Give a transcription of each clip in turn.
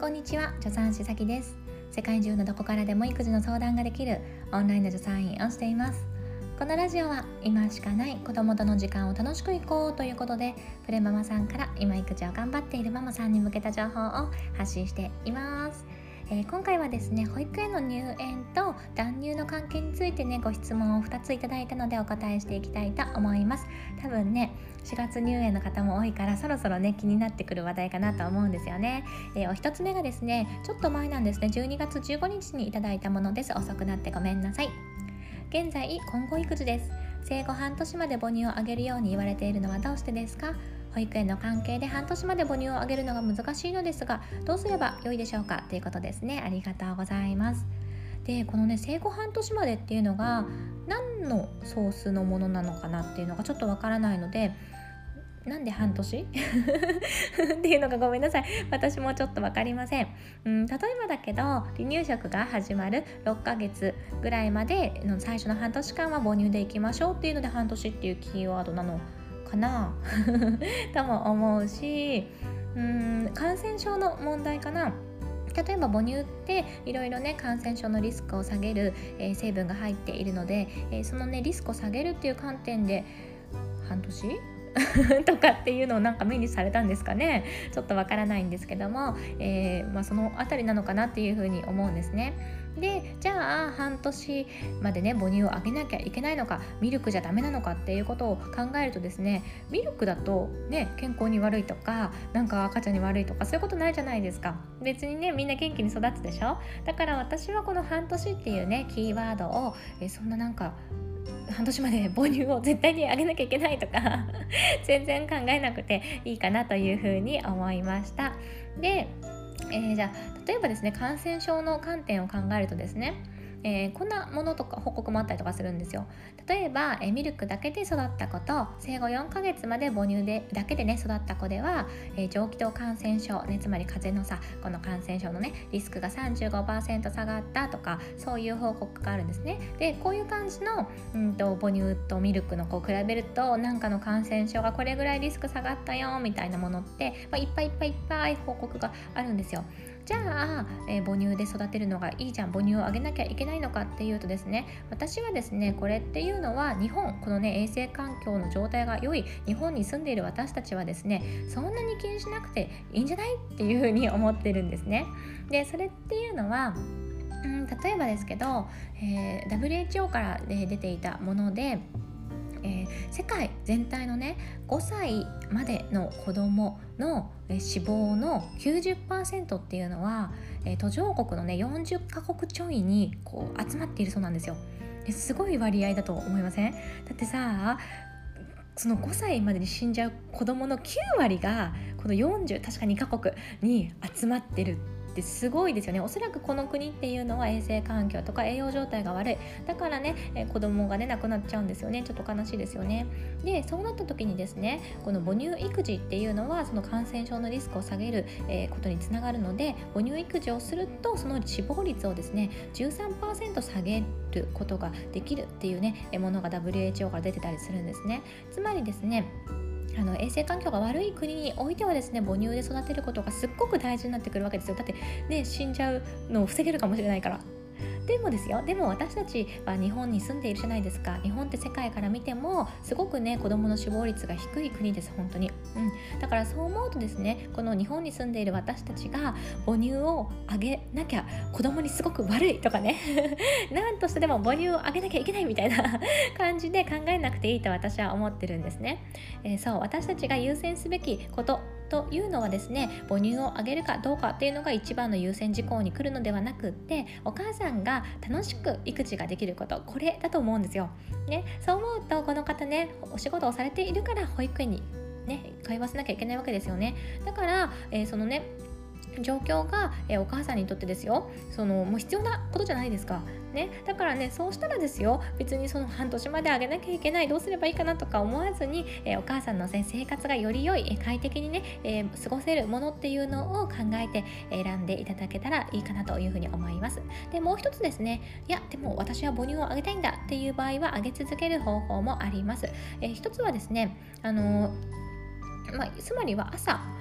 こんにちは、助産師さきです。世界中のどこからでも育児の相談ができるオンラインの助産院をしています。このラジオは今しかない子供との時間を楽しくいこうということで、プレママさんから今育児を頑張っているママさんに向けた情報を発信しています。今回はですね、保育園の入園と断乳の関係についてね、ご質問を2ついただいたのでお答えしていきたいと思います。多分ね、4月入園の方も多いからそろそろね、気になってくる話題かなと思うんですよね。お一つ目がですね、ちょっと前なんですね、12月15日にいただいたものです。遅くなってごめんなさい。現在、混合育児です。生後半年まで母乳をあげるように言われているのはどうしてですか？保育園の関係で半年まで母乳をあげるのが難しいのですが、どうすれば良いでしょうかということですね。ありがとうございます。で、このね、生後半年までっていうのが何のソースのものなのかなっていうのがちょっとわからないので、なんで半年っていうのがごめんなさい、私もちょっと分かりません。例えばだけど、離乳食が始まる6ヶ月ぐらいまでの最初の半年間は母乳でいきましょうっていうので、半年っていうキーワードなのかなとも思うし、感染症の問題かな。例えば母乳っていろいろね、感染症のリスクを下げる、成分が入っているので、そのね、リスクを下げるっていう観点で半年とかっていうのをなんか目にされたんですかね。ちょっとわからないんですけども、そのあたりなのかなっていうふうに思うんですね。で、じゃあ半年までね、母乳をあげなきゃいけないのか、ミルクじゃダメなのかっていうことを考えるとですね、ミルクだとね、健康に悪いとか、なんか赤ちゃんに悪いとか、そういうことないじゃないですか。別にね、みんな元気に育つでしょ。だから私はこの半年っていうね、キーワードを、そんななんか半年まで母乳を絶対にあげなきゃいけないとか全然考えなくていいかなというふうに思いました。で、じゃあ例えばですね、感染症の観点を考えるとですね、こんなものとか報告もあったりとかするんですよ。例えば、ミルクだけで育った子と生後4ヶ月まで母乳だけでね、育った子では、上気道感染症、ね、つまり風邪のこの感染症のね、リスクが 35% 下がったとか、そういう報告があるんですね。で、こういう感じの、母乳とミルクの比べると、なんかの感染症がこれぐらいリスク下がったよみたいなものって、いっぱい報告があるんですよ。じゃあ、母乳で育てるのがいいじゃん、母乳をあげなきゃいけないのかっていうとですね、私はですね、これっていうのはこのね、衛生環境の状態が良い日本に住んでいる私たちはですね、そんなに気にしなくていいんじゃないっていうふうに思ってるんですね。で、それっていうのは、例えばですけど、WHO から出ていたもので、世界全体のね、5歳までの子どもの死亡の 90% っていうのは、途上国のね、40カ国ちょいに集まっているそうなんですよ。すごい割合だと思いません？だってさ、その5歳までに死んじゃう子どもの9割がこの確か2カ国に集まってるってすごいですよね。おそらくこの国っていうのは衛生環境とか栄養状態が悪い、だからね、子供がね、亡くなっちゃうんですよね。ちょっと悲しいですよね。で、そうなった時にですね、この母乳育児っていうのはその感染症のリスクを下げる、ことにつながるので、母乳育児をするとその死亡率をですね 13% 下げることができるっていうね、ものが WHO から出てたりするんですね。つまりですね、衛生環境が悪い国においてはですね、母乳で育てることがすっごく大事になってくるわけですよ。だってね、死んじゃうのを防げるかもしれないから。でも私たちは日本に住んでいるじゃないですか。日本って世界から見てもすごくね、子どもの死亡率が低い国です、本当に。だからそう思うとですね、この日本に住んでいる私たちが母乳をあげなきゃ子どもにすごく悪いとかねなんとしてでも母乳をあげなきゃいけないみたいな感じで考えなくていいと私は思ってるんですね。そう、私たちが優先すべきことというのはですね、母乳をあげるかどうかっていうのが一番の優先事項に来るのではなくって、お母さんが楽しく育児ができること、これだと思うんですよ、ね。そう思うと、この方ね、お仕事をされているから保育園にね、通わせなきゃいけないわけですよね。だから、そのね、状況が、お母さんにとってですよ、もう必要なことじゃないですか、ね。だからね、そうしたらですよ、別にその半年まであげなきゃいけない、どうすればいいかなとか思わずに、お母さんの、ね、生活がより良い、快適にね、過ごせるものっていうのを考えて選んでいただけたらいいかなというふうに思います。で、もう一つですね、でも私は母乳をあげたいんだっていう場合はあげ続ける方法もあります。一つはですね、つまりは朝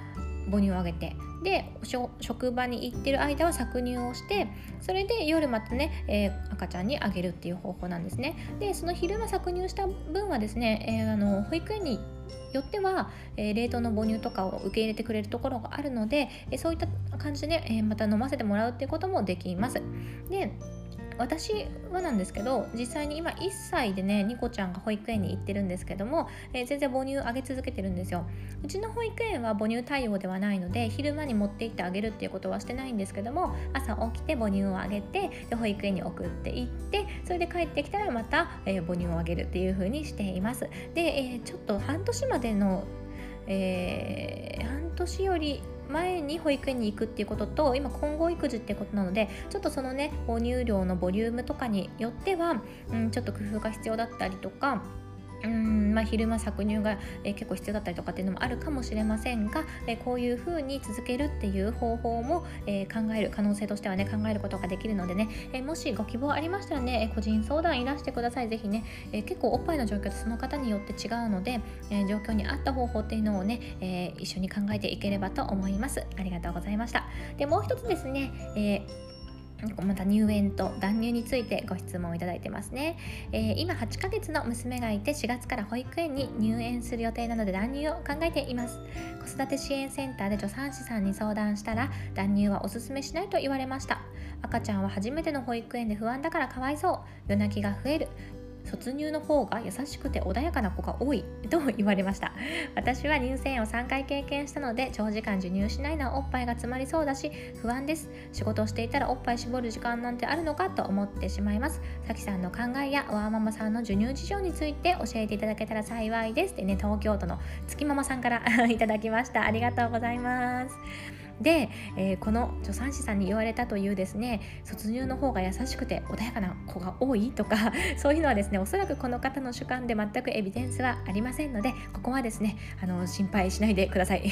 母乳をあげて、で職場に行ってる間は搾乳をして、それで夜またね、赤ちゃんにあげるっていう方法なんですね。でその昼間搾乳した分はですね、保育園によっては、冷凍の母乳とかを受け入れてくれるところがあるので、そういった感じでね、また飲ませてもらうっていうこともできます。で私はなんですけど、実際に今1歳でね、ニコちゃんが保育園に行ってるんですけども、全然母乳あげ続けてるんですよ。うちの保育園は母乳対応ではないので、昼間に持って行ってあげるっていうことはしてないんですけども、朝起きて母乳をあげて、で保育園に送って行って、それで帰ってきたらまた、母乳をあげるっていう風にしています。で、ちょっと半年までの、半年より前に保育園に行くっていうことと、今混合育児ってことなので、ちょっとそのね、母乳量のボリュームとかによっては、ちょっと工夫が必要だったりとか、昼間搾乳が、結構必要だったりとかっていうのもあるかもしれませんが、こういう風に続けるっていう方法も、考える可能性としてはね、考えることができるのでね、もしご希望ありましたらね、個人相談いらしてください。ぜひね、結構おっぱいの状況ってその方によって違うので、状況に合った方法っていうのをね、一緒に考えていければと思います。ありがとうございました。でもう一つですね、また入園と断乳についてご質問をいただいてますね。今8ヶ月の娘がいて、4月から保育園に入園する予定なので断乳を考えています。子育て支援センターで助産師さんに相談したら、断乳はおすすめしないと言われました。赤ちゃんは初めての保育園で不安だからかわいそう、夜泣きが増える、卒乳の方が優しくて穏やかな子が多いと言われました。私は乳腺炎を3回経験したので、長時間授乳しないのはおっぱいが詰まりそうだし不安です。仕事をしていたらおっぱい絞る時間なんてあるのかと思ってしまいます。さきさんの考えやワーママさんの授乳事情について教えていただけたら幸いですってね、東京都の月ママさんからいただきました。ありがとうございます。で、この助産師さんに言われたというですね、卒乳の方が優しくて穏やかな子が多いとかそういうのはですね、おそらくこの方の主観で全くエビデンスはありませんので、ここはですね、心配しないでください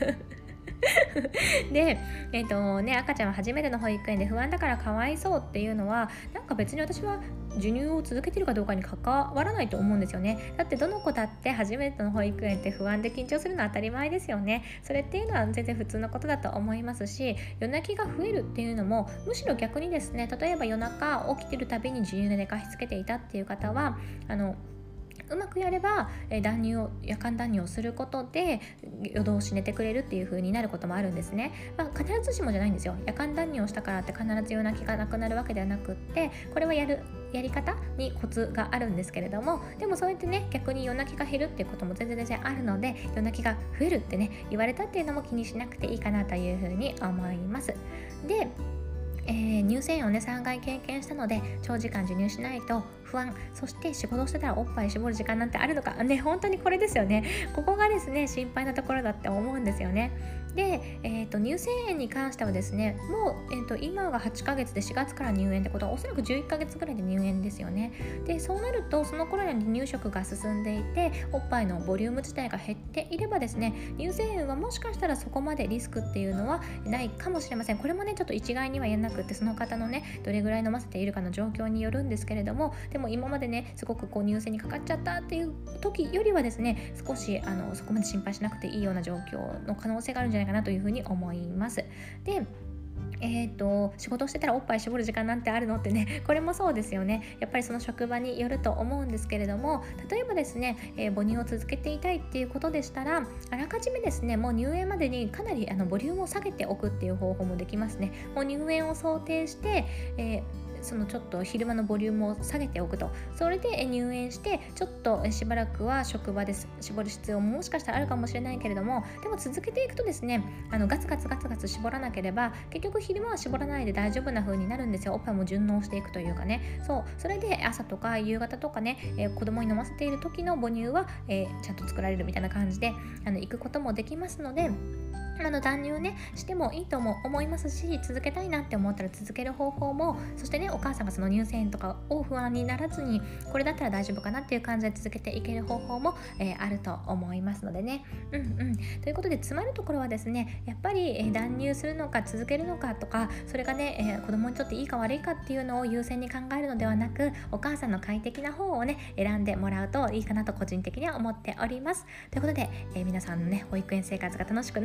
で、赤ちゃんは初めての保育園で不安だからかわいそうっていうのは、なんか別に私は授乳を続けてるかどうかに関わらないと思うんですよね。だってどの子だって初めての保育園って不安で緊張するのは当たり前ですよね。それっていうのは全然普通のことだと思いますし、夜泣きが増えるっていうのもむしろ逆にですね、例えば夜中起きてるたびに授乳で寝かしつけていたっていう方は、うまくやれば夜間断乳をすることで夜通し寝てくれるっていう風になることもあるんですね。必ずしもじゃないんですよ。夜間断乳をしたからって必ず夜泣きがなくなるわけではなくって、これはやり方にコツがあるんですけれども、でもそうやってね、逆に夜泣きが減るっていうことも全然あるので、夜泣きが増えるってね言われたっていうのも気にしなくていいかなという風に思います。で、乳腺炎をね3回経験したので、長時間授乳しないと不安、そして仕事してたらおっぱい絞る時間なんてあるのかね、本当にこれですよね。ここがですね心配なところだって思うんですよね。で、乳腺炎に関してはですね、もう、今が8ヶ月で4月から入園ってことはおそらく11ヶ月ぐらいで入園ですよね。でそうなると、その頃に離乳食が進んでいて、おっぱいのボリューム自体が減っていればですね、乳腺炎はもしかしたらそこまでリスクっていうのはないかもしれません。これもねちょっと一概には言えなくって、その方のねどれぐらい飲ませているかの状況によるんですけれども、でも今までねすごく乳腺にかかっちゃったっていう時よりはですね、少しそこまで心配しなくていいような状況の可能性があるんじゃないかなというふうに思います。で、仕事してたらおっぱい絞る時間なんてあるのってね、これもそうですよね。やっぱりその職場によると思うんですけれども、例えばですね、母乳を続けていたいっていうことでしたら、あらかじめですね、もう入園までにかなりボリュームを下げておくっていう方法もできますね。もう入園を想定して、そのちょっと昼間のボリュームを下げておくと、それで入園してちょっとしばらくは職場で絞る必要ももしかしたらあるかもしれないけれども、でも続けていくとですね、ガツガツ絞らなければ結局昼間は絞らないで大丈夫な風になるんですよ。おっぱいも順応していくというかね。それで朝とか夕方とかね、子供に飲ませている時の母乳は、ちゃんと作られるみたいな感じで行くこともできますので、断乳ねしてもいいとも思いますし、続けたいなって思ったら続ける方法も、そしてねお母さんがその乳腺炎とかを不安にならずに、これだったら大丈夫かなっていう感じで続けていける方法も、あると思いますのでね。ということで、詰まるところはですね、やっぱり、断乳するのか続けるのかとか、それがね、子供にとっていいか悪いかっていうのを優先に考えるのではなく、お母さんの快適な方をね選んでもらうといいかなと個人的には思っております。ということで、皆さんのね保育園生活が楽しくなることをね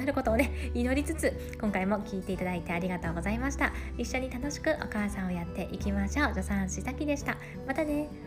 ね祈りつつ、今回も聞いていただいてありがとうございました。一緒に楽しくお母さんをやっていきましょう。助産師さきでした。またね。